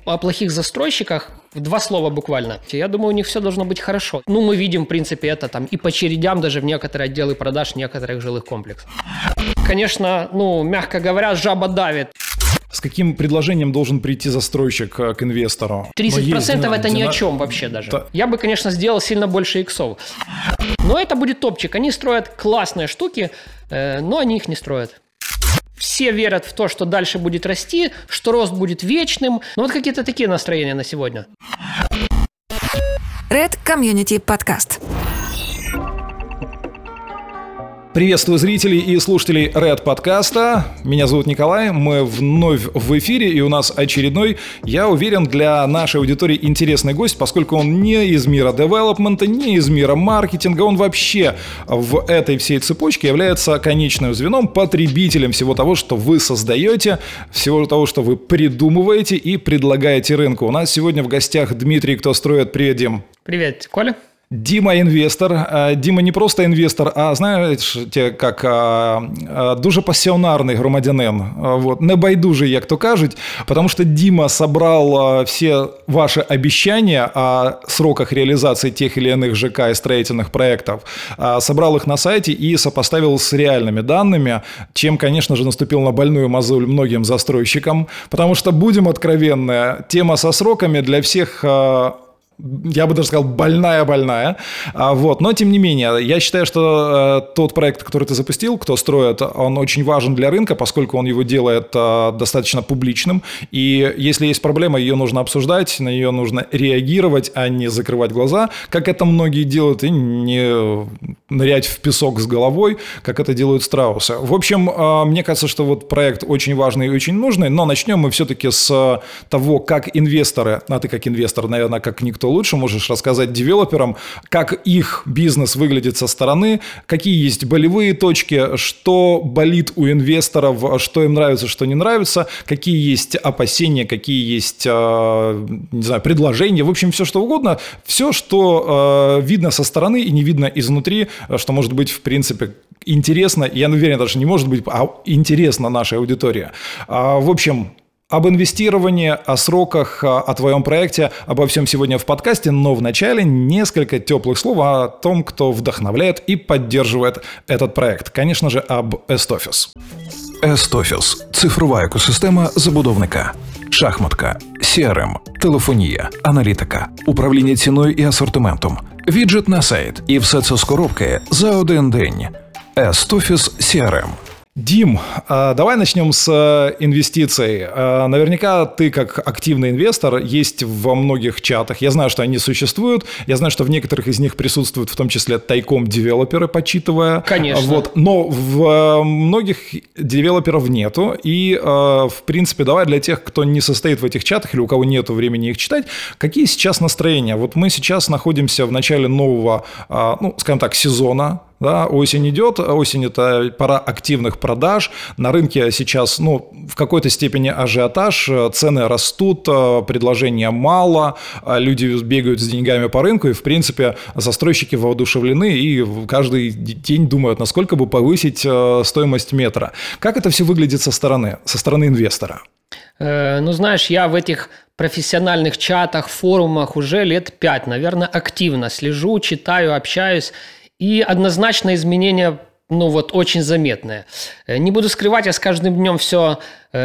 о плохих застройщиках, в 2 слова буквально. Я думаю, у них все должно быть хорошо. Мы видим, в принципе, это там и по очередям даже в некоторые отделы продаж некоторых жилых комплексов. Конечно, мягко говоря, жаба давит. С каким предложением должен прийти застройщик к инвестору? 30% это ни о чем вообще даже. Да. Я бы, конечно, сделал сильно больше иксов. Но это будет топчик. Они строят классные штуки, но они их не строят. Все верят в то, что дальше будет расти, что рост будет вечным. Вот какие-то такие настроения на сегодня. Red Community Podcast. Приветствую зрителей и слушателей Red подкаста. Меня зовут Николай, мы вновь в эфире, и у нас очередной, я уверен, для нашей аудитории интересный гость, поскольку он не из мира девелопмента, не из мира маркетинга, он вообще в этой всей цепочке является конечным звеном, потребителем всего того, что вы создаете, всего того, что вы придумываете и предлагаете рынку. У нас сегодня в гостях Дмитрий, кто строит. Привет, Дим. Привет, Коля. Діма інвестор. Діма не просто інвестор, а, знаєте, як дуже пасіонарний громадянин. Вот. Небайдужий, як то кажуть, потому что Дима собрал все ваши обещания о сроках реализации тех или иных ЖК и строительных проектов, собрал их на сайте и сопоставил с реальными данными, чем, конечно же, наступил на больную мозоль многим застройщикам, потому что, будем откровенны, тема со сроками для всех... Я бы даже сказал, больная. Вот. Но, тем не менее, я считаю, что тот проект, который ты запустил, кто строит, он очень важен для рынка, поскольку он его делает достаточно публичным. И если есть проблема, ее нужно обсуждать, на нее нужно реагировать, а не закрывать глаза, как это многие делают, и не нырять в песок с головой, как это делают страусы. В общем, мне кажется, что вот проект очень важный и очень нужный, но начнем мы все-таки с того, как инвесторы, а ты как инвестор, наверное, как никто лучше можешь рассказать девелоперам, как их бизнес выглядит со стороны, какие есть болевые точки, что болит у инвесторов, что им нравится, что не нравится, какие есть опасения, какие есть, не знаю, предложения, в общем, все что угодно, все, что видно со стороны и не видно изнутри, что может быть, в принципе, интересно, я уверен, даже не может быть, а интересно нашей аудитории. В общем, об инвестировании, о сроках, о твоем проекте, обо всем сегодня в подкасте, но вначале несколько теплых слов о том, кто вдохновляет и поддерживает этот проект. Конечно же, об Est-Office. Est-Office – цифрова екосистема забудовника. Шахматка, CRM, телефонія, аналітика, управління ціною і асортиментом, віджит на сайт. І все це з коробки за один день. Est-Office CRM. Дим, давай начнем с инвестиций. Наверняка ты, как активный инвестор, есть во многих чатах. Я знаю, что они существуют. Я знаю, что в некоторых из них присутствуют в том числе тайком девелоперы, подсчитывая. Конечно. Вот. Но в многих девелоперов нету. И, в принципе, давай для тех, кто не состоит в этих чатах или у кого нету времени их читать, какие сейчас настроения? Вот мы сейчас находимся в начале нового, скажем так, сезона. Да, осень идет, осень – это пора активных продаж, на рынке сейчас, в какой-то степени ажиотаж, цены растут, предложения мало, люди бегают с деньгами по рынку, и, в принципе, застройщики воодушевлены и каждый день думают, насколько бы повысить стоимость метра. Как это все выглядит со стороны инвестора? Знаешь, я в этих профессиональных чатах, форумах уже лет 5, наверное, активно слежу, читаю, общаюсь. И однозначно изменения, очень заметные. Не буду скрывать, я с каждым днем все,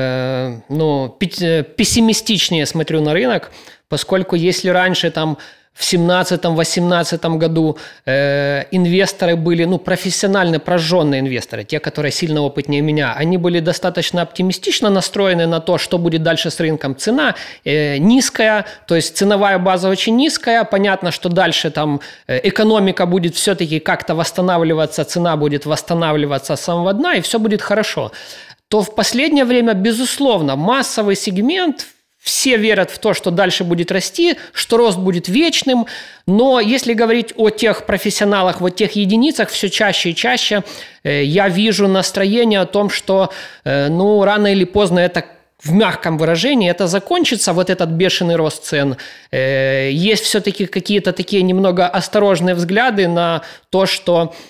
пессимистичнее смотрю на рынок, поскольку если раньше там в 2017-2018 году инвесторы были, профессионально прожженные инвесторы, те, которые сильно опытнее меня, они были достаточно оптимистично настроены на то, что будет дальше с рынком. Цена низкая, то есть ценовая база очень низкая, понятно, что дальше там экономика будет все-таки как-то восстанавливаться, цена будет восстанавливаться с самого дна, и все будет хорошо. То в последнее время, безусловно, массовый сегмент – все верят в то, что дальше будет расти, что рост будет вечным, но если говорить о тех профессионалах, вот тех единицах, все чаще и чаще я вижу настроение о том, что рано или поздно это, в мягком выражении, это закончится, вот этот бешеный рост цен. Есть все-таки какие-то такие немного осторожные взгляды на то, что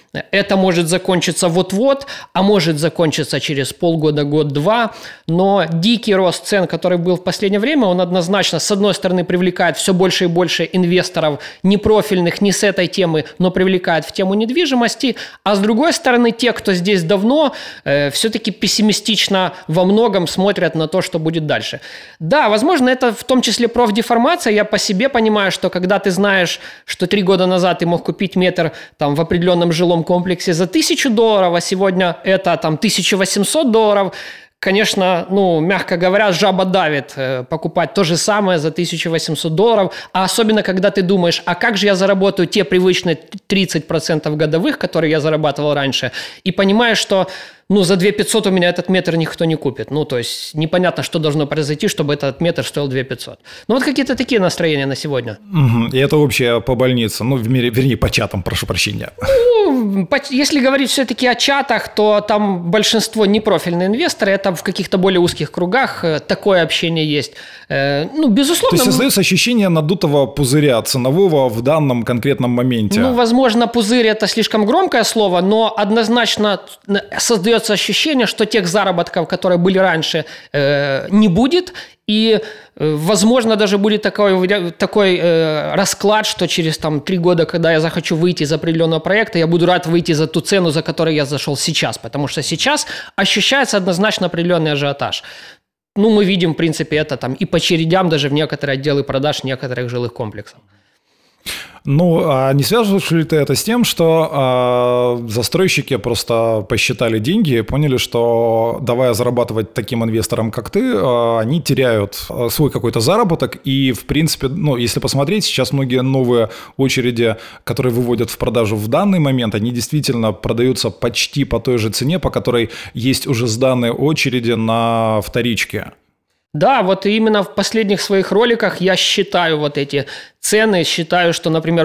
это может закончиться вот-вот, а может закончиться через полгода, год-два. Но дикий рост цен, который был в последнее время, он однозначно, с одной стороны, привлекает все больше и больше инвесторов, не профильных, не с этой темы, но привлекает в тему недвижимости. А с другой стороны, те, кто здесь давно, все-таки пессимистично во многом смотрят на то, что будет дальше. Да, возможно, это в том числе профдеформация. Я по себе понимаю, что когда ты знаешь, что 3 года назад ты мог купить метр там, в определенном жилом комплексе за $1000, а сегодня это там, $1800, конечно, мягко говоря, жаба давит покупать то же самое за $1800, а особенно, когда ты думаешь, а как же я заработаю те привычные 30% годовых, которые я зарабатывал раньше, и понимаешь, что за 2500 у меня этот метр никто не купит. То есть непонятно, что должно произойти, чтобы этот метр стоил 2500. Вот какие-то такие настроения на сегодня. И это вообще по больнице, вернее, по чатам, прошу прощения. Если говорить все-таки о чатах, то там большинство непрофильные инвесторы, это в каких-то более узких кругах такое общение есть. Безусловно. То есть создается ощущение надутого пузыря ценового в данном конкретном моменте. Возможно, пузырь – это слишком громкое слово, но однозначно создается ощущение, что тех заработков, которые были раньше, не будет. И, возможно, даже будет такой расклад, что через 3 года, когда я захочу выйти из определенного проекта, я буду рад выйти за ту цену, за которой я зашел сейчас. Потому что сейчас ощущается однозначно определенный ажиотаж. Мы видим, в принципе, это и по очередям даже в некоторые отделы продаж некоторых жилых комплексов. А не связываешь ли ты это с тем, что застройщики просто посчитали деньги и поняли, что давая зарабатывать таким инвесторам, как ты, они теряют свой какой-то заработок, и, в принципе, если посмотреть, сейчас многие новые очереди, которые выводят в продажу в данный момент, они действительно продаются почти по той же цене, по которой есть уже сданные очереди на вторичке. Да, вот именно в последних своих роликах я считаю вот эти цены, считаю, что, например,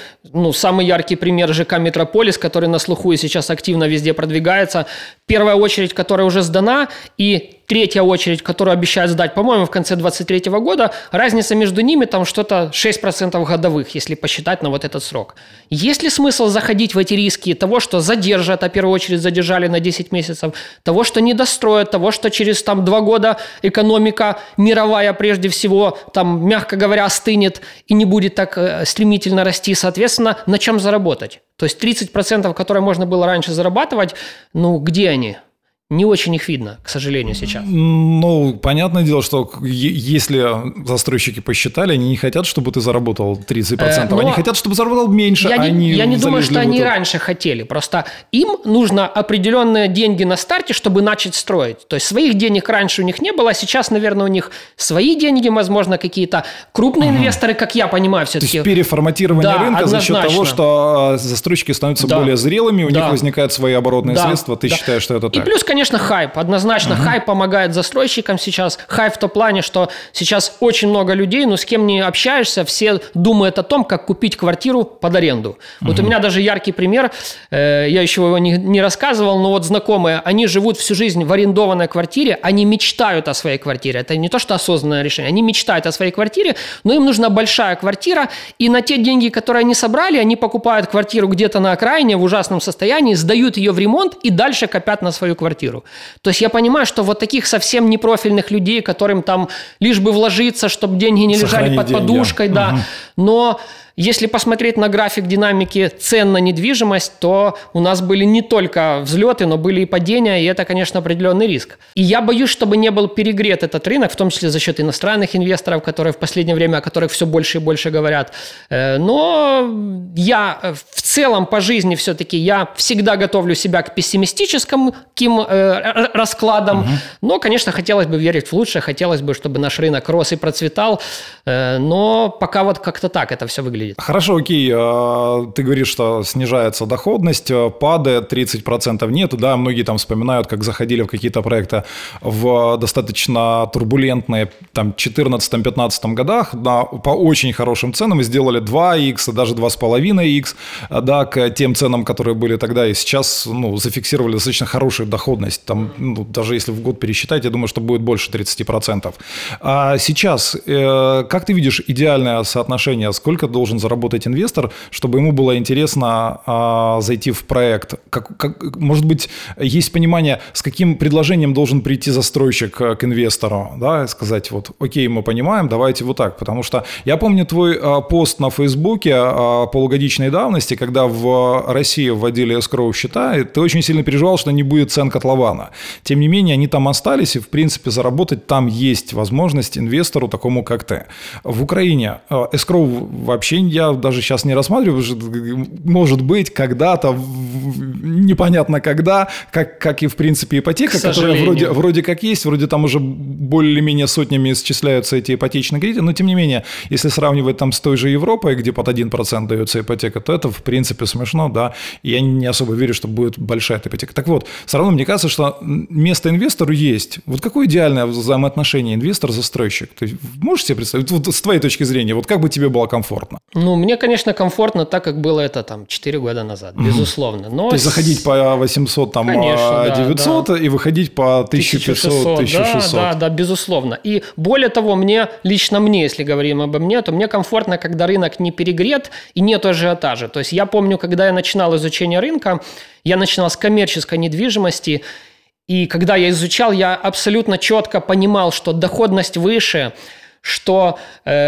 самый яркий пример ЖК «Метрополис», который на слуху и сейчас активно везде продвигается. Первая очередь, которая уже сдана, и третья очередь, которую обещают сдать, по-моему, в конце 2023 года, разница между ними там что-то 6% годовых, если посчитать на вот этот срок. Есть ли смысл заходить в эти риски того, что задержат, а первую очередь задержали на 10 месяцев, того, что не достроят, того, что через 2 года экономика мировая прежде всего, мягко говоря, остынет и не будет так стремительно расти, соответственно, на чем заработать? То есть 30%, которые можно было раньше зарабатывать, где они? Не очень их видно, к сожалению, сейчас. Понятное дело, что если застройщики посчитали, они не хотят, чтобы ты заработал 30%. Они хотят, чтобы заработал меньше. Я не думаю, что они раньше хотели. Просто им нужно определенные деньги на старте, чтобы начать строить. То есть своих денег раньше у них не было, а сейчас, наверное, у них свои деньги, возможно, какие-то крупные инвесторы, как я понимаю, все-таки. То есть переформатирование рынка однозначно. За счет того, что застройщики становятся более зрелыми, у них возникают свои оборотные средства. Ты считаешь, что это так? И плюс, конечно, хайп. Однозначно хайп помогает застройщикам сейчас. Хайп в том плане, что сейчас очень много людей, с кем не общаешься, все думают о том, как купить квартиру под аренду. Вот у меня даже яркий пример, я еще его не рассказывал, но знакомые, они живут всю жизнь в арендованной квартире, они мечтают о своей квартире. Это не то, что осознанное решение. Они мечтают о своей квартире, но им нужна большая квартира, и на те деньги, которые они собрали, они покупают квартиру где-то на окраине в ужасном состоянии, сдают ее в ремонт и дальше копят на свою квартиру. То есть я понимаю, что вот таких совсем непрофильных людей, которым лишь бы вложиться, чтобы деньги не лежали под подушкой, но если посмотреть на график динамики цен на недвижимость, то у нас были не только взлеты, но были и падения, и это, конечно, определенный риск. И я боюсь, чтобы не был перегрет этот рынок, в том числе за счет иностранных инвесторов, которые в последнее время, о которых все больше и больше говорят. Но я в целом по жизни все-таки, я всегда готовлю себя к пессимистическим раскладам, но, конечно, хотелось бы верить в лучшее, хотелось бы, чтобы наш рынок рос и процветал, но пока как-то так это все выглядит. Хорошо, окей, ты говоришь, что снижается доходность, падает, 30% нету, да, многие вспоминают, как заходили в какие-то проекты в достаточно турбулентные 14-15 годах, по очень хорошим ценам, и сделали 2х, даже 2,5х, да, к тем ценам, которые были тогда, и сейчас, зафиксировали достаточно хорошую доходность, даже если в год пересчитать, я думаю, что будет больше 30%. А сейчас, как ты видишь идеальное соотношение, сколько должен должен заработать инвестор, чтобы ему было интересно зайти в проект? Может быть, есть понимание, с каким предложением должен прийти застройщик к инвестору, да, и сказать, вот, окей, мы понимаем, давайте вот так, потому что я помню твой пост на Фейсбуке полугодичной давности, когда в России вводили эскроу счета, и ты очень сильно переживал, что не будет цен котлована. Тем не менее, они там остались, и, в принципе, заработать там есть возможность инвестору такому, как ты. В Украине эскроу вообще я даже сейчас не рассматриваю, может быть, когда-то, непонятно когда, как и, в принципе, ипотека, которая вроде как есть, вроде там уже более-менее сотнями исчисляются эти ипотечные кредиты, но, тем не менее, если сравнивать там с той же Европой, где под 1% дается ипотека, то это, в принципе, смешно, да, и я не особо верю, что будет большая эта ипотека. Так вот, все равно мне кажется, что место инвестору есть. Вот какое идеальное взаимоотношение инвестор-застройщик? Ты можешь себе представить, вот с твоей точки зрения, вот как бы тебе было комфортно? Ну, мне, конечно, комфортно так, как было это там 4 года назад, безусловно. Но то есть заходить по 800, там, конечно, 900 да. И выходить по 1500, 1600. Да, безусловно. И более того, лично мне, если говорим обо мне, то мне комфортно, когда рынок не перегрет и нет ажиотажа. То есть я помню, когда я начинал изучение рынка, я начинал с коммерческой недвижимости, и когда я изучал, я абсолютно четко понимал, что доходность выше, что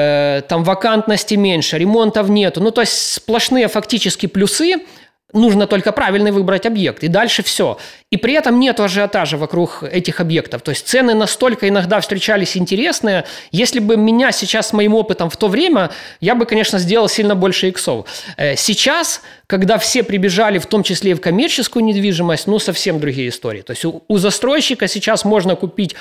там вакантности меньше, ремонтов нету. Ну, то есть сплошные фактически плюсы. Нужно только правильно выбрать объект, и дальше все. И при этом нет ажиотажа вокруг этих объектов. То есть цены настолько иногда встречались интересные. Если бы меня сейчас с моим опытом в то время, я бы, конечно, сделал сильно больше иксов. Сейчас, когда все прибежали, в том числе и в коммерческую недвижимость, ну, совсем другие истории. То есть у застройщика сейчас можно купить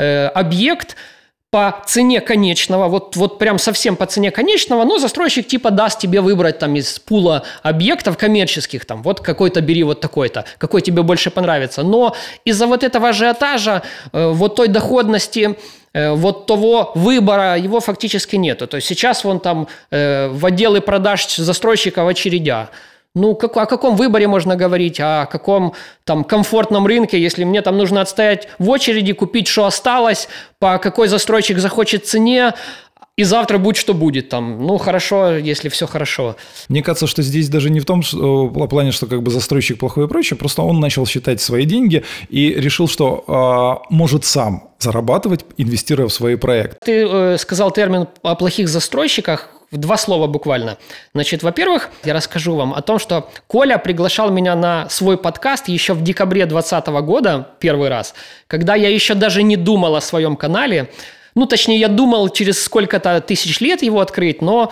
объект по цене конечного, вот прям совсем по цене конечного, но застройщик типа даст тебе выбрать там из пула объектов коммерческих, там вот какой-то бери вот такой-то, какой тебе больше понравится. Но из-за вот этого ажиотажа, вот той доходности, вот того выбора, его фактически нету. То есть сейчас вон там в отделы продаж застройщика в очередях. Ну, о каком выборе можно говорить, о каком там комфортном рынке, если мне там нужно отстоять в очереди, купить, что осталось, по какой застройщик захочет цене, и завтра будь что будет там. Ну, хорошо, если все хорошо. Мне кажется, что здесь даже не в том плане, что как бы застройщик плохой и прочее, просто он начал считать свои деньги и решил, что может сам зарабатывать, инвестируя в свои проекты. Ты сказал термин о плохих застройщиках. В 2 слова буквально. Значит, во-первых, я расскажу вам о том, что Коля приглашал меня на свой подкаст еще в декабре 2020 года, первый раз, когда я еще даже не думал о своем канале. Ну, точнее, я думал через сколько-то тысяч лет его открыть, но...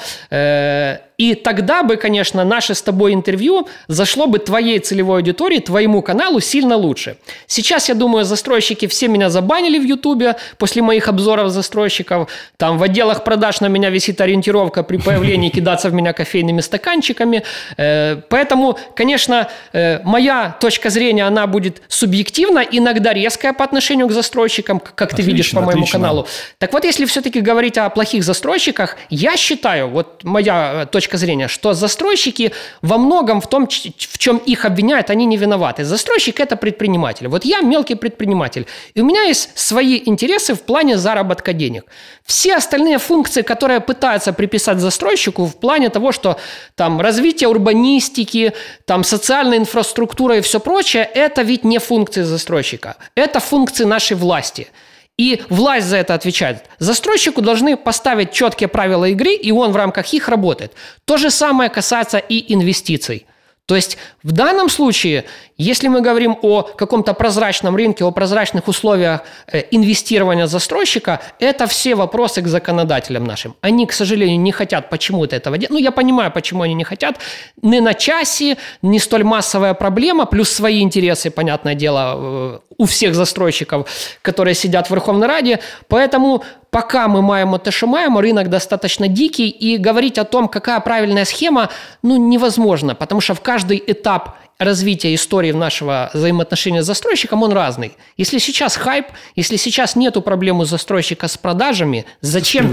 И тогда бы, конечно, наше с тобой интервью зашло бы твоей целевой аудитории, твоему каналу сильно лучше. Сейчас, я думаю, застройщики все меня забанили в Ютубе после моих обзоров застройщиков. Там в отделах продаж на меня висит ориентировка при появлении кидаться в меня кофейными стаканчиками. Поэтому, конечно, моя точка зрения, она будет субъективна, иногда резкая по отношению к застройщикам, как ты видишь по моему каналу. Так вот, если все-таки говорить о плохих застройщиках, я считаю, вот моя точка зрения, что застройщики во многом в том, в чем их обвиняют, они не виноваты. Застройщик – это предприниматель. Вот я мелкий предприниматель, и у меня есть свои интересы в плане заработка денег. Все остальные функции, которые пытаются приписать застройщику в плане того, что там развитие урбанистики, там социальная инфраструктура и все прочее, это ведь не функции застройщика. Это функции нашей власти. И власть за это отвечает. Застройщику должны поставить четкие правила игры, и он в рамках их работает. То же самое касается и инвестиций. То есть в данном случае, если мы говорим о каком-то прозрачном рынке, о прозрачных условиях инвестирования застройщика, это все вопросы к законодателям нашим. Они, к сожалению, не хотят почему-то этого делать. Ну, я понимаю, почему они не хотят. Не на часе, не столь массовая проблема, плюс свои интересы, понятное дело, у всех застройщиков, которые сидят в Верховной Раде. Поэтому пока мы маємо те, що маємо, рынок достаточно дикий, и говорить о том, какая правильная схема, ну, невозможно, потому что в каждый этап развития истории нашего взаимоотношения с застройщиком, он разный. Если сейчас хайп, если сейчас нету проблемы застройщика с продажами, зачем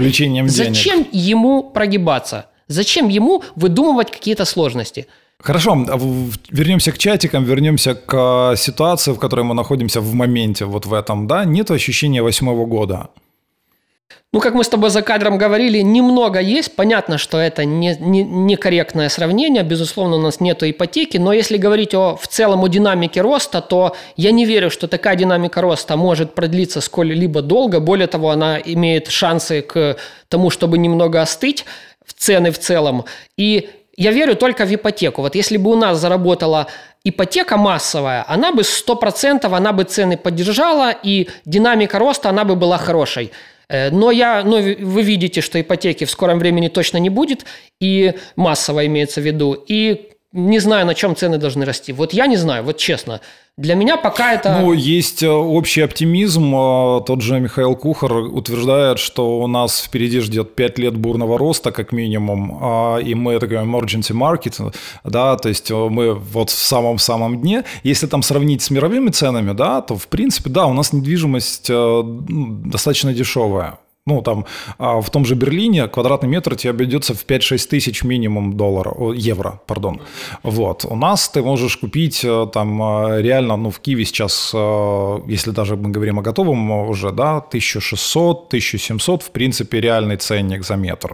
ему прогибаться? Зачем ему выдумывать какие-то сложности? Хорошо, вернемся к чатикам, вернемся к ситуации, в которой мы находимся в моменте, вот в этом, да? Нет ощущения 8-го года? Ну, как мы с тобой за кадром говорили, немного есть. Понятно, что это некорректное сравнение. Безусловно, у нас нет ипотеки. Но если говорить в целом о динамике роста, то я не верю, что такая динамика роста может продлиться сколь-либо долго. Более того, она имеет шансы к тому, чтобы немного остыть в цены в целом. И я верю только в ипотеку. Вот если бы у нас заработала ипотека массовая, она бы 100%, она бы цены поддержала, и динамика роста, она бы была хорошей. Но вы видите, что ипотеки в скором времени точно не будет, и массово имеется в виду, и не знаю, на чем цены должны расти. Вот я не знаю, вот честно. Для меня пока это... Ну, есть общий оптимизм. Тот же Михаил Кухар утверждает, что у нас впереди ждет 5 лет бурного роста, как минимум, и мы такой emergency market, да, то есть мы вот в самом-самом дне. Если там сравнить с мировыми ценами, да, то, в принципе, да, у нас недвижимость достаточно дешевая. Ну, там, в том же Берлине квадратный метр тебе обойдется в 5-6 тысяч минимум евро. Вот. У нас ты можешь купить там реально, ну, в Киеве сейчас, если даже мы говорим о готовом уже, да, 1600-1700, в принципе, реальный ценник за метр.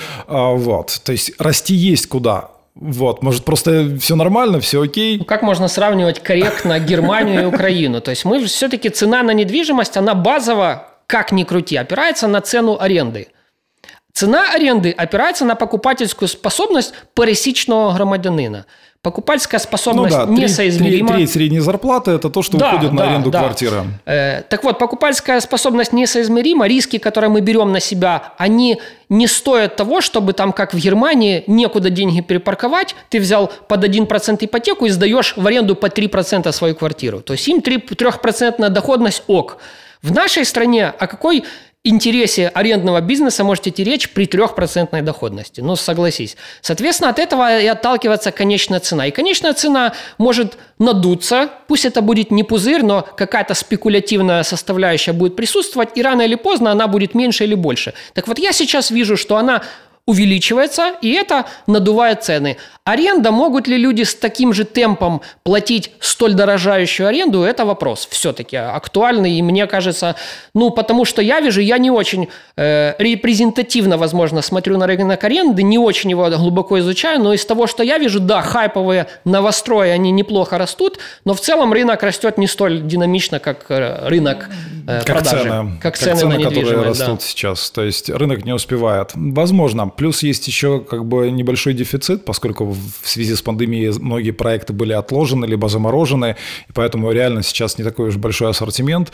Вот. То есть расти есть куда. Вот, может, просто все нормально, все окей. Ну, как можно сравнивать корректно Германию и Украину? То есть мы все-таки цена на недвижимость, она базово, как ни крути, опирается на цену аренды. Цена аренды опирается на покупательскую способность пересічного громадянина. Покупательская способность несоизмерима. Треть средней зарплаты – это то, что уходит на аренду квартиры. Так вот, покупательская способность несоизмерима, риски, которые мы берем на себя, они не стоят того, чтобы там, как в Германии, некуда деньги перепарковать, ты взял под 1% ипотеку и сдаешь в аренду под 3% свою квартиру. То есть им 3% доходность ок. В нашей стране о какой интересе арендного бизнеса может идти речь при 3% доходности? Ну, согласись. Соответственно, от этого и отталкивается конечная цена. И конечная цена может надуться, пусть это будет не пузырь, но какая-то спекулятивная составляющая будет присутствовать, и рано или поздно она будет меньше или больше. Так вот, я сейчас вижу, что она увеличивается, и это надувает цены. Аренда, могут ли люди с таким же темпом платить столь дорожающую аренду, это вопрос все-таки актуальный, и мне кажется, ну, потому что я вижу, я не очень репрезентативно, возможно, смотрю на рынок аренды, не очень его глубоко изучаю, но из того, что я вижу, да, хайповые новострои, они неплохо растут, но в целом рынок растет не столь динамично, как рынок продажи. Как цены на недвижимость, которые растут сейчас, то есть рынок не успевает. Возможно. Плюс есть еще как бы небольшой дефицит, поскольку в связи с пандемией многие проекты были отложены либо заморожены, и поэтому реально сейчас не такой уж большой ассортимент.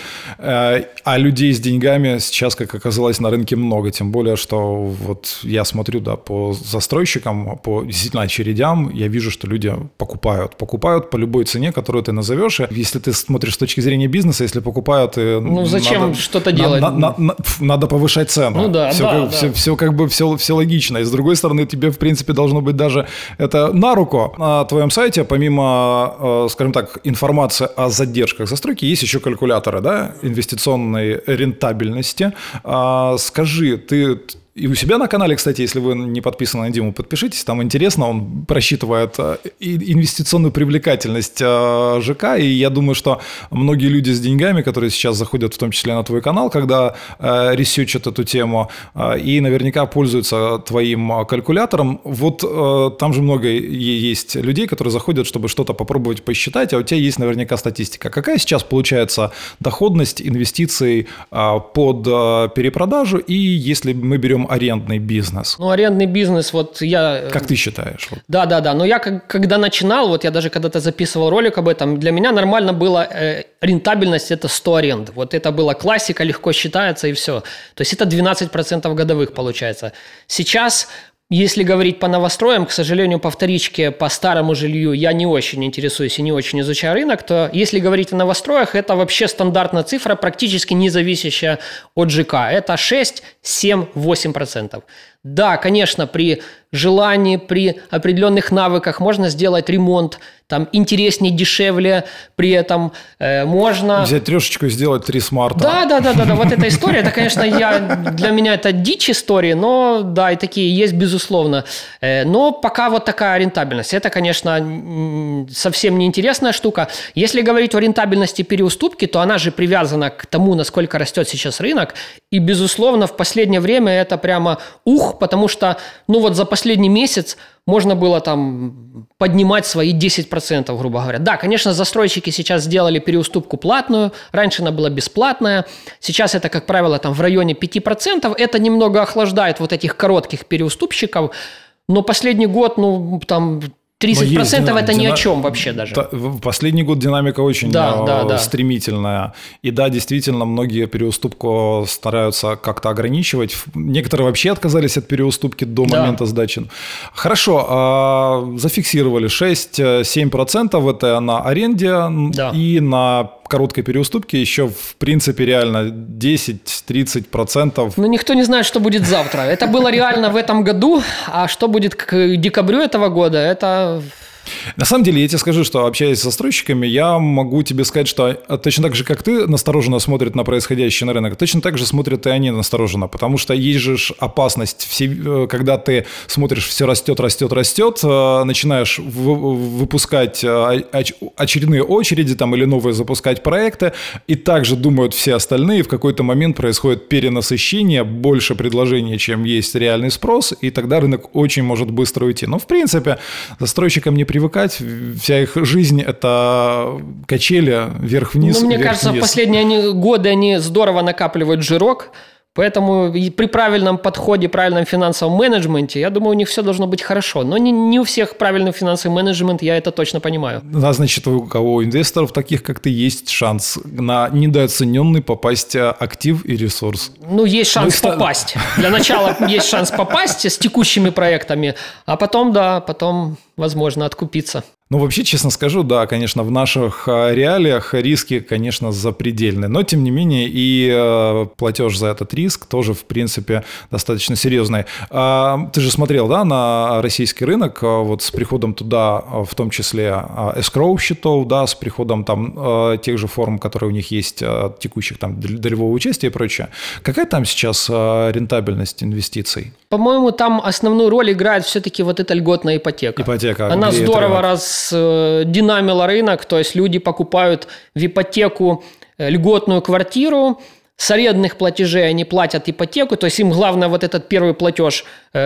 А людей с деньгами сейчас, как оказалось, на рынке много. Тем более, что вот я смотрю, да, по застройщикам, по действительно очередям, я вижу, что люди покупают по любой цене, которую ты назовешь. Если ты смотришь с точки зрения бизнеса, если покупают... Ну, зачем что-то делать? Надо повышать цену. Ну да, все как бы все логично. И с другой стороны, тебе, в принципе, должно быть даже это на руку. На твоем сайте, помимо, скажем так, информации о задержках застройки, есть еще калькуляторы, да, инвестиционной рентабельности. Скажи, ты... И у себя на канале, кстати, если вы не подписаны на Диму, подпишитесь, там интересно, он просчитывает инвестиционную привлекательность ЖК, и я думаю, что многие люди с деньгами, которые сейчас заходят в том числе на твой канал, когда ресерчат эту тему, и наверняка пользуются твоим калькулятором, вот там же много есть людей, которые заходят, чтобы что-то попробовать посчитать, а у тебя есть наверняка статистика. Какая сейчас получается доходность инвестиций под перепродажу, и если мы берем арендный бизнес? Ну, арендный бизнес, вот я... Как ты считаешь? Да. Но я когда начинал, вот я даже когда-то записывал ролик об этом, для меня нормально было рентабельность – это 100 аренд. Вот это была классика, легко считается и все. То есть это 12% годовых получается. Сейчас... Если говорить по новостроям, к сожалению, по вторичке, по старому жилью я не очень интересуюсь и не очень изучаю рынок, то если говорить о новостроях, это вообще стандартная цифра, практически не зависящая от ЖК. Это 6, 7, 8%. Да, конечно, при желании, при определенных навыках можно сделать ремонт, там интереснее, дешевле, при этом можно... Взять трешечку и сделать 3 смарта. Да, вот эта история, это, конечно, для меня это дичь истории, но да, и такие есть, безусловно. Но пока вот такая рентабельность, это, конечно, совсем неинтересная штука. Если говорить о рентабельности переуступки, то она же привязана к тому, насколько растет сейчас рынок, и, безусловно, в последнее время это прямо потому что, за последний месяц можно было там поднимать свои 10%, грубо говоря. Да, конечно, застройщики сейчас сделали переуступку платную, раньше она была бесплатная, сейчас это, как правило, там в районе 5%, это немного охлаждает вот этих коротких переуступщиков, но последний год, 30% это ни о чем вообще даже. Последний год динамика очень стремительная. И да, действительно, многие переуступку стараются как-то ограничивать. Некоторые вообще отказались от переуступки до момента сдачи. Хорошо, зафиксировали 6-7% это на аренде и на короткой переуступке еще, в принципе, реально 10-30%. Никто не знает, что будет завтра. Это было реально в этом году, а что будет к декабрю этого года, это... На самом деле, я тебе скажу, что, общаясь с застройщиками, я могу тебе сказать, что точно так же, как ты настороженно смотрит на происходящее на рынок, точно так же смотрят и они настороженно, потому что есть же опасность, когда ты смотришь, все растет, начинаешь выпускать очередные очереди там, или новые запускать проекты, и также думают все остальные, в какой-то момент происходит перенасыщение, больше предложений, чем есть реальный спрос, и тогда рынок очень может быстро уйти. Но, в принципе, застройщикам не привыкать, вся их жизнь – это качели вверх-вниз. Мне кажется, в последние годы они здорово накапливают жирок, поэтому при правильном подходе, правильном финансовом менеджменте, я думаю, у них все должно быть хорошо. Но не у всех правильный финансовый менеджмент, я это точно понимаю. Да, значит, у кого инвесторов таких, как ты, есть шанс на недооцененный попасть актив и ресурс. Есть шанс попасть. Для начала есть шанс попасть с текущими проектами, а потом, возможно, откупиться. Вообще, честно скажу, да, конечно, в наших реалиях риски, конечно, запредельны. Но, тем не менее, и платеж за этот риск тоже, в принципе, достаточно серьезный. Ты же смотрел, да, на российский рынок, вот с приходом туда, в том числе, escrow счетов, да, с приходом там тех же форм, которые у них есть, текущих там долевого участия и прочее. Какая там сейчас рентабельность инвестиций? По-моему, там основную роль играет все-таки вот эта льготная ипотека. Она здорово динамила рынок, то есть люди покупают в ипотеку льготную квартиру, с арендных платежей они платят ипотеку, то есть им главное вот этот первый платеж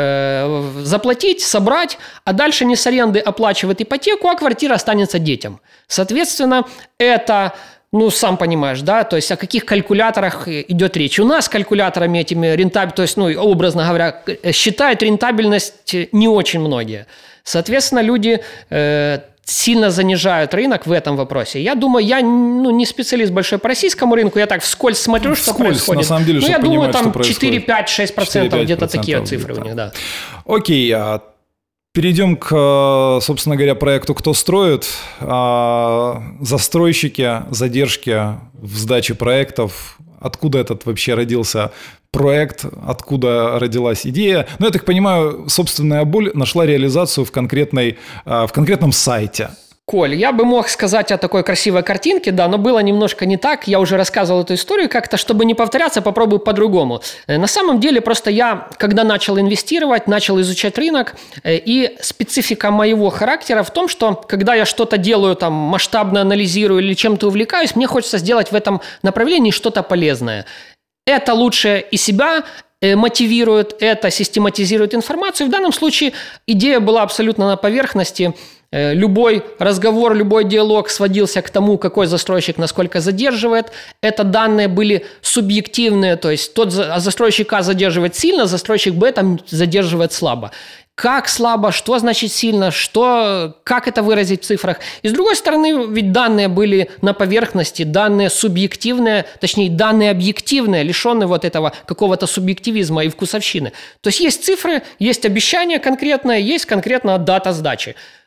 заплатить, собрать, а дальше не с аренды оплачивают ипотеку, а квартира останется детям. Соответственно, это... сам понимаешь, да, то есть о каких калькуляторах идет речь. У нас калькуляторами этими рентабельность, то есть, образно говоря, считают рентабельность не очень многие. Соответственно, люди сильно занижают рынок в этом вопросе. Я думаю, я не специалист большой по российскому рынку, я так вскользь смотрю, что происходит. На самом деле, я думаю, понимать, там 4, 5, 6%, где-то такие цифры у них, да. Окей, перейдем к, собственно говоря, проекту «Кто строит?». Застройщики, задержки в сдаче проектов. Откуда этот вообще родился проект, откуда родилась идея? Я так понимаю, собственная боль нашла реализацию в конкретном сайте. Коль, я бы мог сказать о такой красивой картинке, да, но было немножко не так. Я уже рассказывал эту историю как-то, чтобы не повторяться, попробую по-другому. На самом деле, просто я, когда начал инвестировать, начал изучать рынок, и специфика моего характера в том, что когда я что-то делаю, там, масштабно анализирую или чем-то увлекаюсь, мне хочется сделать в этом направлении что-то полезное. Это лучше и себя мотивирует, это систематизирует информацию. В данном случае идея была абсолютно на поверхности. Любой разговор, любой диалог сводился к тому, какой застройщик насколько задерживает. Это данные были субъективные, то есть тот застройщик А задерживает сильно, застройщик Б там задерживает слабо. Как слабо, что значит сильно, как это выразить в цифрах. И с другой стороны, ведь данные были на поверхности, данные субъективные, точнее, данные объективные, лишенные вот этого какого-то субъективизма и вкусовщины. То есть есть цифры, есть обещание конкретное, есть конкретная дата сдачи.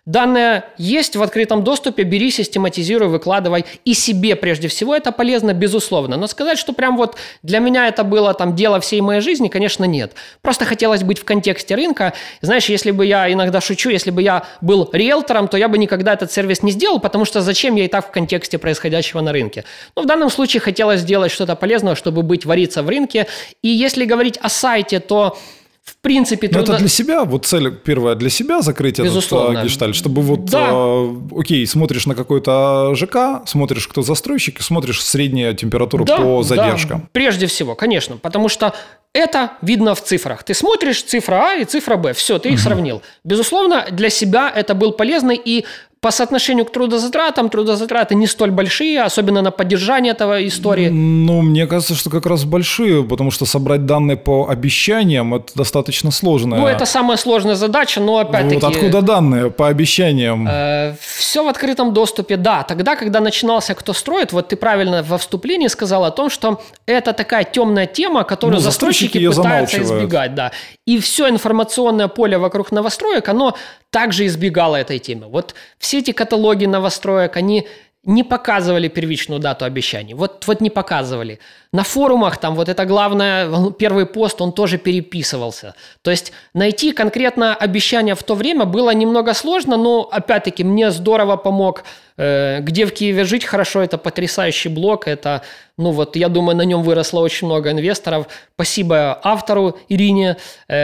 Данные есть в открытом доступе, бери, систематизируй, выкладывай. И себе прежде всего это полезно, безусловно. Но сказать, что прям вот для меня это было там дело всей моей жизни, конечно, нет. Просто хотелось быть в контексте рынка. Знаешь, если бы я иногда шучу, если бы я был риэлтором, то я бы никогда этот сервис не сделал, потому что зачем я и так в контексте происходящего на рынке. Но в данном случае хотелось сделать что-то полезное, чтобы вариться в рынке. И если говорить о сайте, то в принципе... Это для себя, вот цель первая для себя закрыть Безусловно. Этот гештальт, чтобы вот, да. Окей, смотришь на какой-то ЖК, смотришь, кто застройщик, и смотришь средняя температура по задержкам. Да, прежде всего, конечно, потому что это видно в цифрах. Ты смотришь цифра А и цифра Б, все, ты их сравнил. Безусловно, для себя это был полезный и по соотношению к трудозатратам, трудозатраты не столь большие, особенно на поддержание этого истории. Ну, мне кажется, что как раз большие, потому что собрать данные по обещаниям – это достаточно сложно. Ну, это самая сложная задача, но опять-таки… Вот откуда данные по обещаниям? Все в открытом доступе, да. Тогда, когда начинался «Кто строит», вот ты правильно во вступлении сказал о том, что это такая темная тема, которую застройщики пытаются избегать. Да. И все информационное поле вокруг новостроек, оно также избегало этой темы. Вот все эти каталоги новостроек, они не показывали первичную дату обещаний. Вот не показывали. На форумах там вот это главное, первый пост, он тоже переписывался. То есть найти конкретно обещание в то время было немного сложно, но опять-таки мне здорово помог «Где в Киеве жить хорошо», это потрясающий блог, это, ну вот я думаю, на нем выросло очень много инвесторов. Спасибо автору Ирине.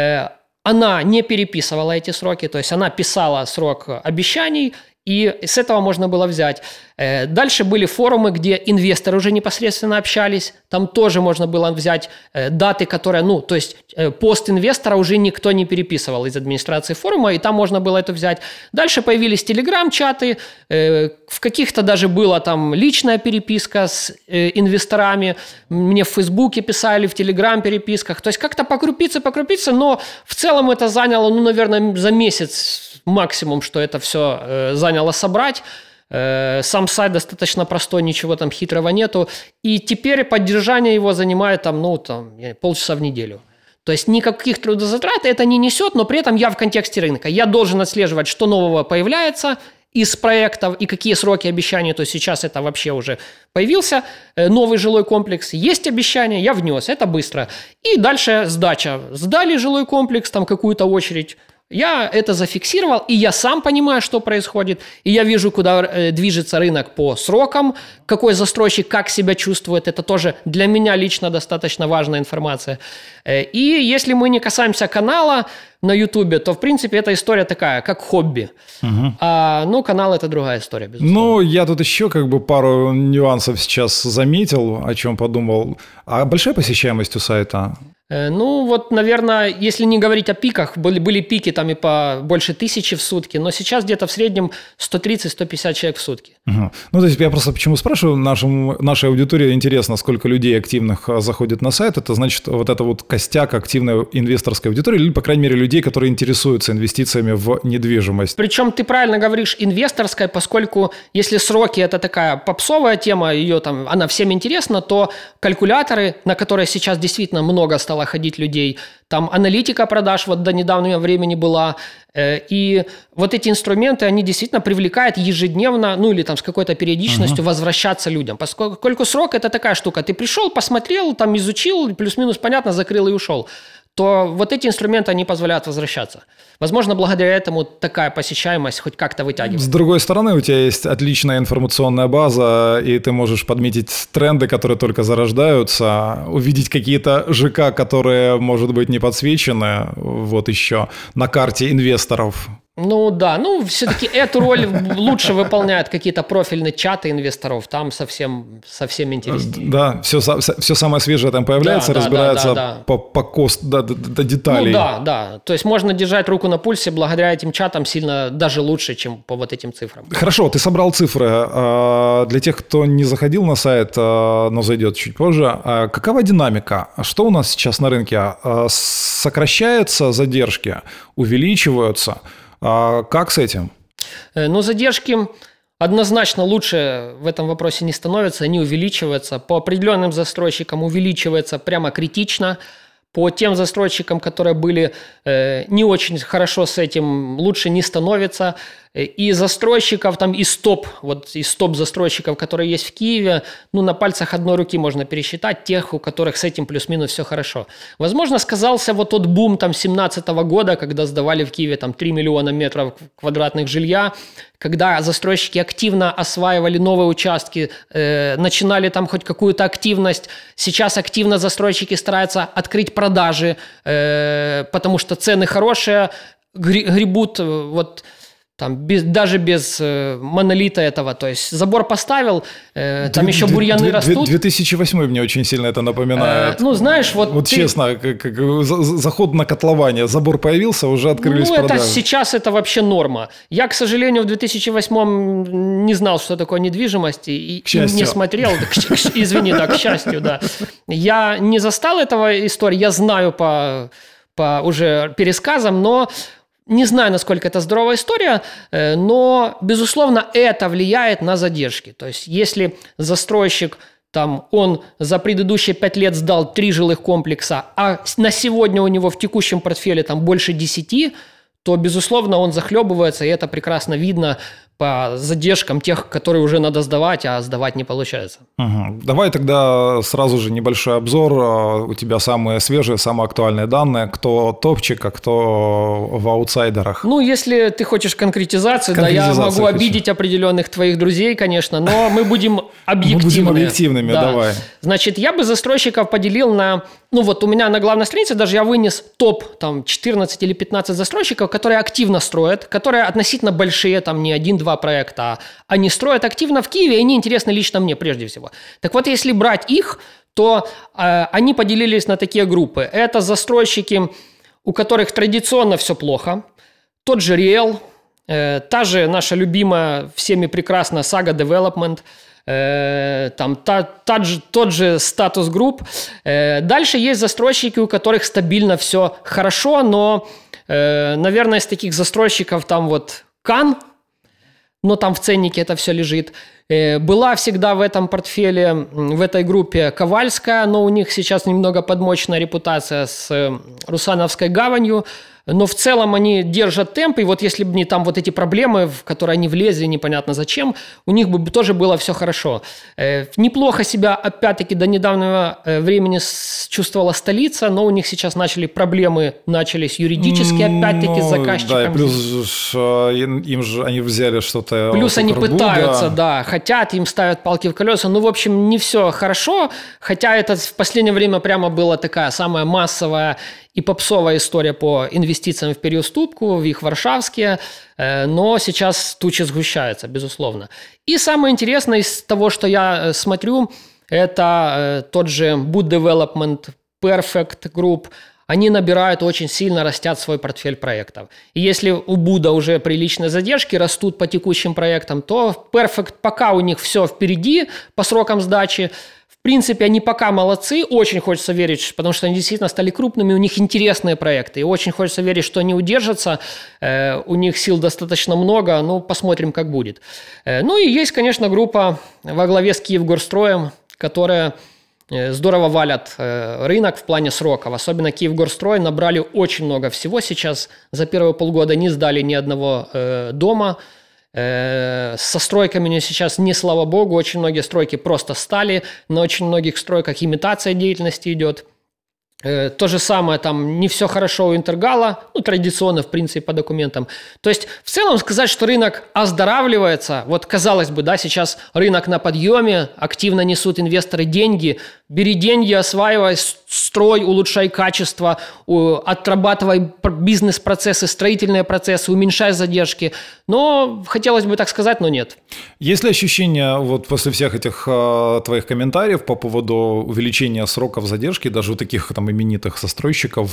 Она не переписывала эти сроки, то есть она писала срок обещаний, и с этого можно было взять. Дальше были форумы, где инвесторы уже непосредственно общались. Там тоже можно было взять даты, которые, ну, то есть пост инвестора уже никто не переписывал из администрации форума, и там можно было это взять. Дальше появились телеграм-чаты, в каких-то даже была там личная переписка с инвесторами. Мне в Фейсбуке писали, в Телеграм-переписках. То есть как-то по крупице, но в целом это заняло, ну, наверное, за месяц максимум, что это все заняло собрать. Сам сайт достаточно простой, ничего там хитрого нету. И теперь поддержание его занимает полчаса в неделю. То есть никаких трудозатрат это не несет, но при этом я в контексте рынка. Я должен отслеживать, что нового появляется из проектов и какие сроки обещаний. То есть сейчас это вообще уже появился новый жилой комплекс. Есть обещание, я внес, это быстро. И дальше сдача. Сдали жилой комплекс, там какую-то очередь. Я это зафиксировал, и я сам понимаю, что происходит, и я вижу, куда движется рынок по срокам, какой застройщик как себя чувствует. Это тоже для меня лично достаточно важная информация. И если мы не касаемся канала на Ютубе, то, в принципе, эта история такая, как хобби. Угу. Канал – это другая история, безусловно. Ну, я тут еще пару нюансов сейчас заметил, о чем подумал. А большая посещаемость у сайта? Ну, вот, наверное, если не говорить о пиках, были пики там и по больше 1000 в сутки, но сейчас где-то в среднем 130-150 человек в сутки. Угу. Ну, то есть я просто почему спрашиваю, нашей аудитории интересно, сколько людей активных заходит на сайт, это значит вот это вот костяк активной инвесторской аудитории, или, по крайней мере, людей, которые интересуются инвестициями в недвижимость. Причем ты правильно говоришь инвесторская, поскольку если сроки – это такая попсовая тема, она всем интересна, то калькуляторы, на которые сейчас действительно много стало ходить людей, там аналитика продаж вот до недавнего времени была, и вот эти инструменты, они действительно привлекают ежедневно, ну или там с какой-то периодичностью возвращаться людям, поскольку срок – это такая штука, ты пришел, посмотрел, там изучил, плюс-минус понятно, закрыл и ушел, то вот эти инструменты, они позволяют возвращаться. Возможно, благодаря этому такая посещаемость хоть как-то вытягивает. С другой стороны, у тебя есть отличная информационная база, и ты можешь подметить тренды, которые только зарождаются, увидеть какие-то ЖК, которые, может быть, не подсвечены, вот еще на карте инвесторов. Ну да, все-таки эту роль лучше выполняют какие-то профильные чаты инвесторов, там совсем интереснее. Да, все самое свежее там появляется, разбирается до деталей. Ну да, то есть можно держать руку на пульсе благодаря этим чатам сильно даже лучше, чем по вот этим цифрам. Хорошо, ты собрал цифры. Для тех, кто не заходил на сайт, но зайдет чуть позже, какова динамика? Что у нас сейчас на рынке? Сокращаются задержки, увеличиваются? Как с этим? Задержки однозначно лучше в этом вопросе не становятся, они увеличиваются. По определенным застройщикам увеличивается прямо критично. По тем застройщикам, которые были не очень хорошо с этим, лучше не становится. и застройщиков, там, из топ застройщиков, которые есть в Киеве, на пальцах одной руки можно пересчитать тех, у которых с этим плюс-минус все хорошо. Возможно, сказался вот тот бум там 2017 года, когда сдавали в Киеве там 3 миллиона метров квадратных жилья, когда застройщики активно осваивали новые участки, начинали там хоть какую-то активность. Сейчас активно застройщики стараются открыть продажи, потому что цены хорошие, гребут вот там даже без монолита этого. То есть забор поставил, там еще бурьяны растут. 2008 мне очень сильно это напоминает. Знаешь, вот честно, как заход на котлование. Забор появился, уже открылись продажи. Сейчас это вообще норма. Я, к сожалению, в 2008 не знал, что такое недвижимость, и не смотрел. Извини, к счастью, да. Я не застал этого истории, я знаю по уже пересказам, но не знаю, насколько это здоровая история, но, безусловно, это влияет на задержки. То есть, если застройщик, он за предыдущие 5 лет сдал 3 жилых комплекса, а на сегодня у него в текущем портфеле больше 10, то, безусловно, он захлебывается, и это прекрасно видно по задержкам тех, которые уже надо сдавать, а сдавать не получается. Угу. Давай тогда сразу же небольшой обзор. У тебя самые свежие, самые актуальные данные. Кто топчик, а кто в аутсайдерах? Если ты хочешь конкретизацию, да, я могу обидеть определенных твоих друзей, конечно, но мы будем объективными. Мы будем объективными, да. Давай. Значит, я бы застройщиков поделил на... у меня на главной странице даже я вынес топ 14 или 15 застройщиков, которые активно строят, которые относительно большие, не 1-2 проекта, а они строят активно в Киеве, и они интересны лично мне прежде всего. Так вот, если брать их, то они поделились на такие группы. Это застройщики, у которых традиционно все плохо. Тот же Real, та же наша любимая, всеми прекрасная Saga Development, тот же Status Group. Дальше есть застройщики, у которых стабильно все хорошо, но, наверное, из таких застройщиков Кан, но там в ценнике это все лежит. Была всегда в этом портфеле, в этой группе Ковальская, но у них сейчас немного подмоченная репутация с Русановской гаванью. Но в целом они держат темп, и если бы не эти проблемы, в которые они влезли, непонятно зачем, у них бы тоже было все хорошо. Неплохо себя, опять-таки, до недавнего времени чувствовала столица, но у них сейчас начались юридические, опять-таки, с заказчиком. Да, и плюс они взяли что-то. Плюс они пытаются, да, хотят, им ставят палки в колеса. В общем, не все хорошо, хотя это в последнее время прямо была такая самая массовая и попсовая история по инвестициям в переуступку, в их варшавские, но сейчас тучи сгущаются, безусловно. И самое интересное из того, что я смотрю, это тот же Boot Development, Perfect Group. Они набирают очень сильно, растят свой портфель проектов. И если у Буда уже приличные задержки, растут по текущим проектам, то Perfect пока у них все впереди по срокам сдачи. В принципе, они пока молодцы, очень хочется верить, потому что они действительно стали крупными, у них интересные проекты, и очень хочется верить, что они удержатся, у них сил достаточно много, посмотрим, как будет. И есть, конечно, группа во главе с Киевгорстроем, которая здорово валят рынок в плане сроков, особенно Киевгорстрой набрали очень много всего сейчас, за первые полгода не сдали ни одного дома. Со стройками у них сейчас, не слава богу, очень многие стройки просто стали, на очень многих стройках имитация деятельности идет. То же самое, не все хорошо у Интергала, традиционно, в принципе, по документам. То есть, в целом сказать, что рынок оздоравливается, казалось бы, да, сейчас рынок на подъеме, активно несут инвесторы деньги, бери деньги, осваивай, строй, улучшай качество, отрабатывай бизнес-процессы, строительные процессы, уменьшай задержки. Но хотелось бы так сказать, но нет. Есть ли ощущение, после всех этих твоих комментариев по поводу увеличения сроков задержки, даже у таких именитых застройщиков,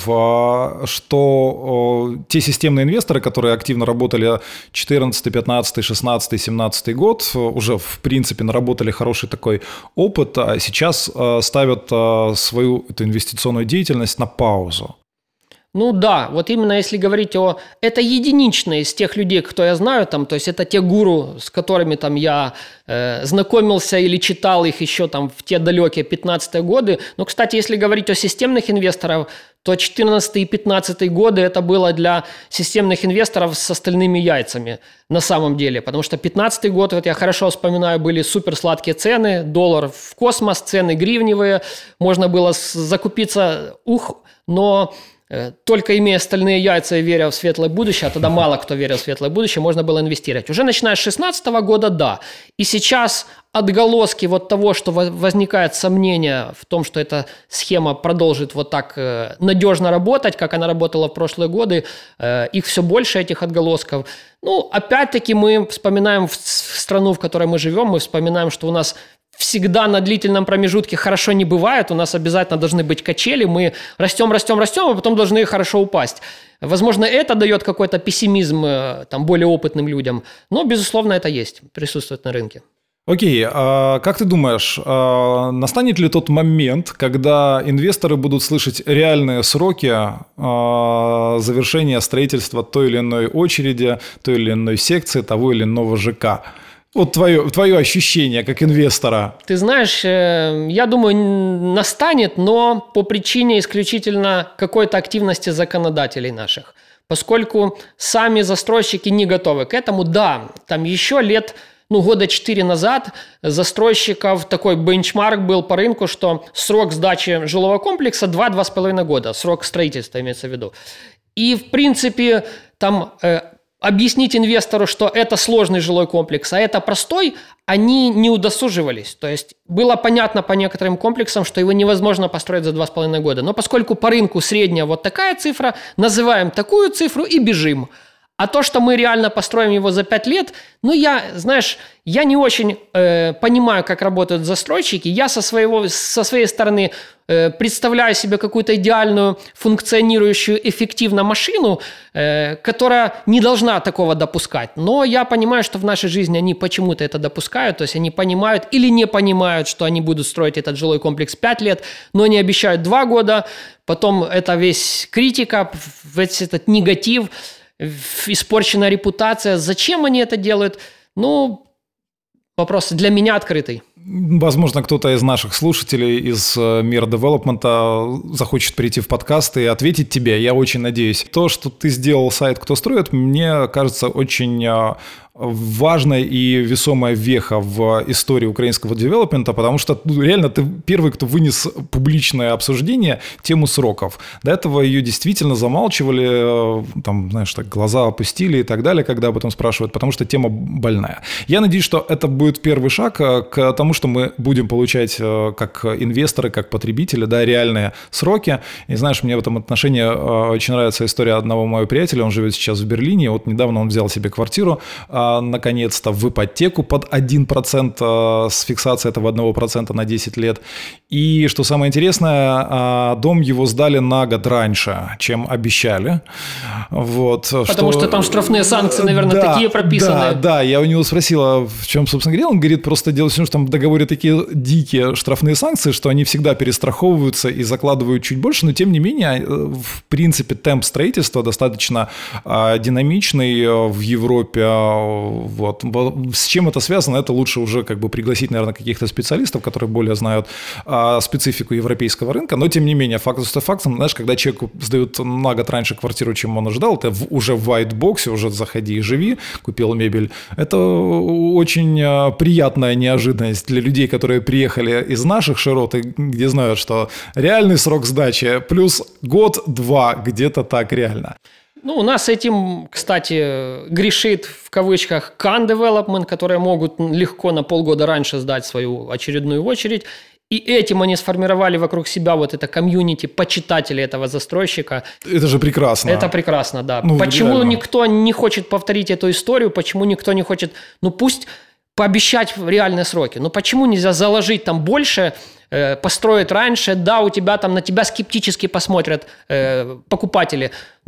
что те системные инвесторы, которые активно работали 14, 15, 16, 17 год, уже, в принципе, наработали хороший такой опыт, а сейчас ставят свою эту инвестиционную деятельность на паузу? Ну да, вот именно если говорить это единичные из тех людей, кто я знаю, там, то есть это те гуру, с которыми там я знакомился или читал их еще там в те далекие 15-е годы. Но, кстати, если говорить о системных инвесторах, то 14 и 15 годы это было для системных инвесторов с остальными яйцами на самом деле. Потому что 15 год, вот я хорошо вспоминаю, были супер сладкие цены, доллар в космос, цены гривневые, можно было закупиться, но только имея стальные яйца и веря в светлое будущее, а тогда мало кто верил в светлое будущее, можно было инвестировать. Уже начиная с 2016 года, да. И сейчас отголоски вот того, что возникает сомнение в том, что эта схема продолжит вот так надежно работать, как она работала в прошлые годы, их все больше, этих отголосков. Ну, опять-таки мы вспоминаем страну, в которой мы живем, мы вспоминаем, что у нас всегда на длительном промежутке хорошо не бывает. У нас обязательно должны быть качели. Мы растем, а потом должны хорошо упасть. Возможно, это дает какой-то пессимизм там, более опытным людям. Но, безусловно, это есть, присутствует на рынке. Окей, а как ты думаешь, настанет ли тот момент, когда инвесторы будут слышать реальные сроки завершения строительства той или иной очереди, той или иной секции, того или иного ЖК? Вот твое ощущение как инвестора. Ты знаешь, я думаю, настанет, но по причине исключительно какой-то активности законодателей наших. Поскольку сами застройщики не готовы к этому. Да, там еще года 4 назад застройщиков такой бенчмарк был по рынку, что срок сдачи жилого комплекса 2-2,5 года. Срок строительства имеется в виду. И, в принципе, там... объяснить инвестору, что это сложный жилой комплекс, а это простой, они не удосуживались. То есть было понятно по некоторым комплексам, что его невозможно построить за 2,5 года. Но поскольку по рынку средняя вот такая цифра, называем такую цифру и бежим. А то, что мы реально построим его за 5 лет, я не очень понимаю, как работают застройщики. Я со своей стороны представляю себе какую-то идеальную, функционирующую эффективно машину, которая не должна такого допускать. Но я понимаю, что в нашей жизни они почему-то это допускают, то есть они понимают или не понимают, что они будут строить этот жилой комплекс 5 лет, но они обещают 2 года, потом это весь критика, весь этот негатив, испорченная репутация. Зачем они это делают? Вопрос для меня открытый. Возможно, кто-то из наших слушателей из мира девелопмента захочет прийти в подкаст и ответить тебе, я очень надеюсь. То, что ты сделал сайт «Кто строит», мне кажется очень важная и весомая веха в истории украинского девелопмента, потому что реально ты первый, кто вынес публичное обсуждение тему сроков. До этого ее действительно замалчивали, там, знаешь, так глаза опустили и так далее, когда об этом спрашивают, потому что тема больная. Я надеюсь, что это будет первый шаг к тому, что мы будем получать как инвесторы, как потребители, да, реальные сроки. И знаешь, мне в этом отношении очень нравится история одного моего приятеля, он живет сейчас в Берлине, вот недавно он взял себе квартиру, наконец-то в ипотеку под 1% с фиксацией этого 1% на 10 лет. И, что самое интересное, дом его сдали на год раньше, чем обещали. Вот, потому что там штрафные санкции, наверное, такие прописаны. Да, я у него спросил, в чем, собственно говоря, он говорит, просто дело в том, что там в договоре такие дикие штрафные санкции, что они всегда перестраховываются и закладывают чуть больше, но тем не менее, в принципе, темп строительства достаточно динамичный в Европе. Вот. С чем это связано, это лучше уже как бы пригласить, наверное, каких-то специалистов, которые более знают специфику европейского рынка, но тем не менее, факт остается фактом, знаешь, когда человеку сдают на год раньше квартиру, чем он ожидал, ты уже в white-боксе, уже заходи и живи, купил мебель, это очень приятная неожиданность для людей, которые приехали из наших широт, где знают, что реальный срок сдачи плюс год-два, где-то так реально. У нас этим, кстати, грешит в кавычках Can Development, которые могут легко на полгода раньше сдать свою очередную очередь. И этим они сформировали вокруг себя вот это комьюнити почитателей этого застройщика. Это же прекрасно. Это прекрасно, да. Почему реально никто не хочет повторить эту историю? Почему никто не хочет, пусть пообещать реальные сроки? Почему нельзя заложить там больше, построить раньше? Да, у тебя там на тебя скептически посмотрят покупатели.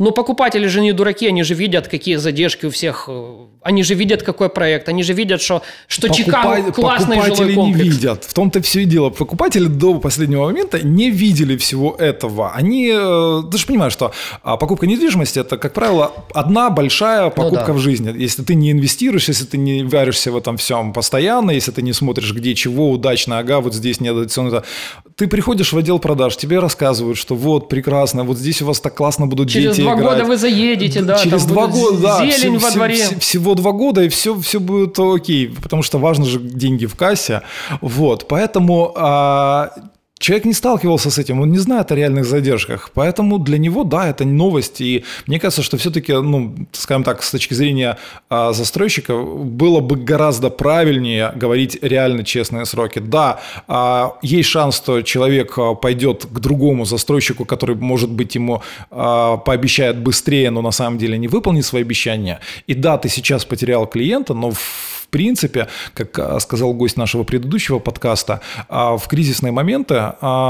Но покупатели же не дураки, они же видят, какие задержки у всех. Они же видят, какой проект. Они же видят, что Чикаго классный жилой комплекс. Покупатели не видят. В том-то все и дело. Покупатели до последнего момента не видели всего этого. Они, ты же понимаешь, что покупка недвижимости – это, как правило, одна большая покупка в жизни. Если ты не инвестируешь, если ты не варишься в этом всем постоянно, если ты не смотришь, где чего удачно, вот здесь недооценено. Ты приходишь в отдел продаж, тебе рассказывают, что вот прекрасно, вот здесь у вас так классно будут дети играть. Через 2 года вы заедете, да, через 2 года, да, зелень во дворе. Всего 2 года, и все будет окей, потому что важно же деньги в кассе. Вот, поэтому человек не сталкивался с этим, он не знает о реальных задержках, поэтому для него, да, это новость, и мне кажется, что все-таки, скажем так, с точки зрения застройщика, было бы гораздо правильнее говорить реально честные сроки. Да, есть шанс, что человек пойдет к другому застройщику, который, может быть, ему пообещает быстрее, но на самом деле не выполнит свои обещания. И да, ты сейчас потерял клиента, но в принципе, как сказал гость нашего предыдущего подкаста, в кризисные моменты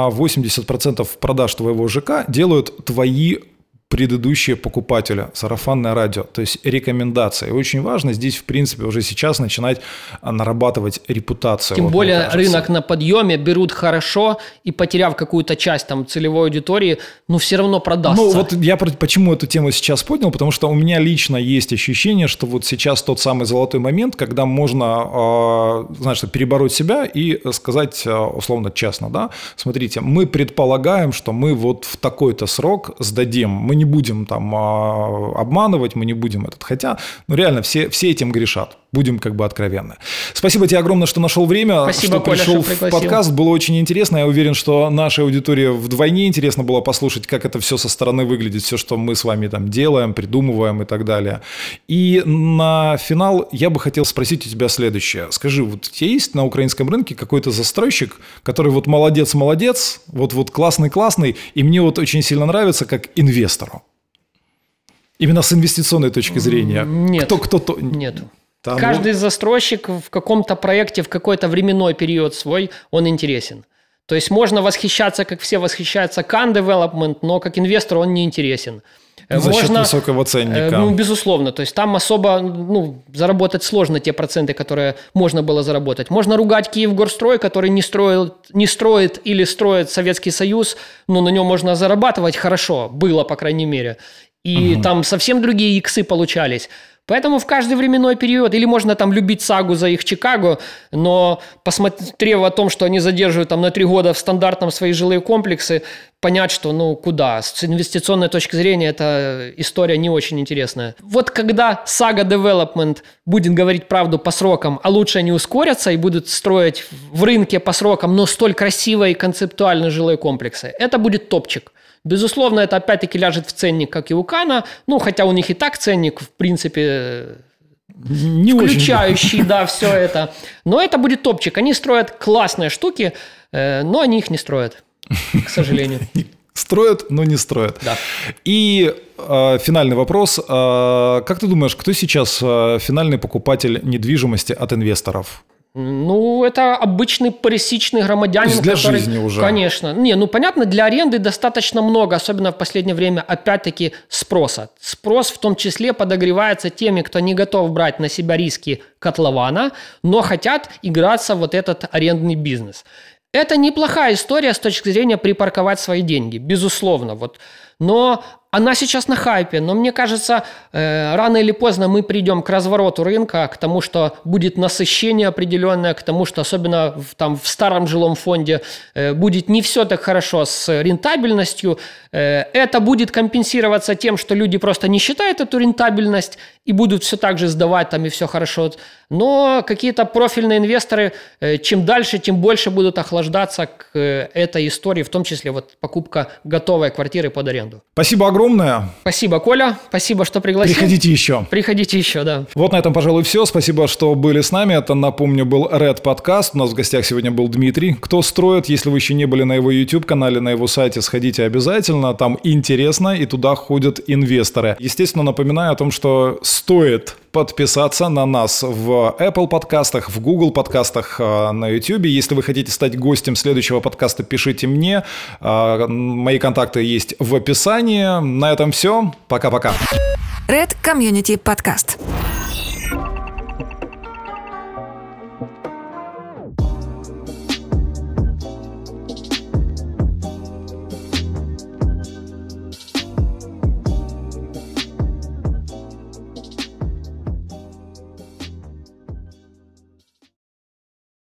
80% продаж твоего ЖК делают твои предыдущие покупатели, сарафанное радио, то есть рекомендации. И очень важно здесь, в принципе, уже сейчас начинать нарабатывать репутацию. Тем более рынок на подъеме, берут хорошо, и потеряв какую-то часть там целевой аудитории, все равно продастся. Вот я почему эту тему сейчас поднял, потому что у меня лично есть ощущение, что вот сейчас тот самый золотой момент, когда можно, перебороть себя и сказать условно честно, да, смотрите, мы предполагаем, что мы вот в такой-то срок сдадим, мы не будем там обманывать, мы не будем хотя, реально все этим грешат. Будем откровенны. Спасибо тебе огромное, что нашел время, Спасибо, что пришел в подкаст. Было очень интересно. Я уверен, что нашей аудитории вдвойне интересно было послушать, как это все со стороны выглядит, все, что мы с вами там делаем, придумываем и так далее. И на финал я бы хотел спросить у тебя следующее. Скажи, вот у тебя есть на украинском рынке какой-то застройщик, который вот молодец, вот классный, и мне вот очень сильно нравится как инвестору? Именно с инвестиционной точки зрения. Нет. Нету. Каждый застройщик в каком-то проекте в какой-то временной период свой, он интересен. То есть можно восхищаться, как все восхищаются Can Development, но как инвестор он не интересен. За счет высокого ценника. Безусловно. То есть там особо заработать сложно те проценты, которые можно было заработать. Можно ругать Киевгорстрой, который не строит или строит Советский Союз, но на нем можно зарабатывать хорошо. Было, по крайней мере. И там совсем другие иксы получались. Поэтому в каждый временной период, или можно там любить сагу за их Чикаго, но посмотрев о том, что они задерживают там на 3 года в стандартном свои жилые комплексы, понять, что куда. С инвестиционной точки зрения эта история не очень интересная. Вот когда Saga Development будет говорить правду по срокам, а лучше они ускорятся и будут строить в рынке по срокам, но столь красивые и концептуальные жилые комплексы, это будет топчик. Безусловно, это опять-таки ляжет в ценник, как и у Кана. Хотя у них и так ценник, в принципе, не включающий, да, все это. Но это будет топчик. Они строят классные штуки, но они их не строят, к сожалению. Строят, но не строят. Да. И финальный вопрос. Как ты думаешь, кто сейчас финальный покупатель недвижимости от инвесторов? Это обычный пересечный громадянин. Для жизни уже. Конечно. Понятно, для аренды достаточно много, особенно в последнее время, опять-таки, спроса. Спрос в том числе подогревается теми, кто не готов брать на себя риски котлована, но хотят играться в вот этот арендный бизнес. Это неплохая история с точки зрения припарковать свои деньги, безусловно. Но она сейчас на хайпе, но мне кажется, рано или поздно мы придем к развороту рынка, к тому, что будет насыщение определенное, к тому, что особенно в старом жилом фонде будет не все так хорошо с рентабельностью. Это будет компенсироваться тем, что люди просто не считают эту рентабельность и будут все так же сдавать там и все хорошо. Но какие-то профильные инвесторы, чем дальше, тем больше будут охлаждаться к этой истории, в том числе покупка готовой квартиры под аренду. Спасибо огромное. Спасибо, Коля. Спасибо, что пригласил. Приходите еще, да. Вот на этом, пожалуй, все. Спасибо, что были с нами. Это, напомню, был Red Podcast. У нас в гостях сегодня был Дмитрий. Кто строит, если вы еще не были на его YouTube-канале, на его сайте, сходите обязательно. Там интересно, и туда ходят инвесторы. Естественно, напоминаю о том, что стоит подписаться на нас в Apple подкастах, в Google подкастах, на YouTube. Если вы хотите стать гостем следующего подкаста, пишите мне. Мои контакты есть в описании. описании. На этом все. Пока-пока. Red Community Podcast.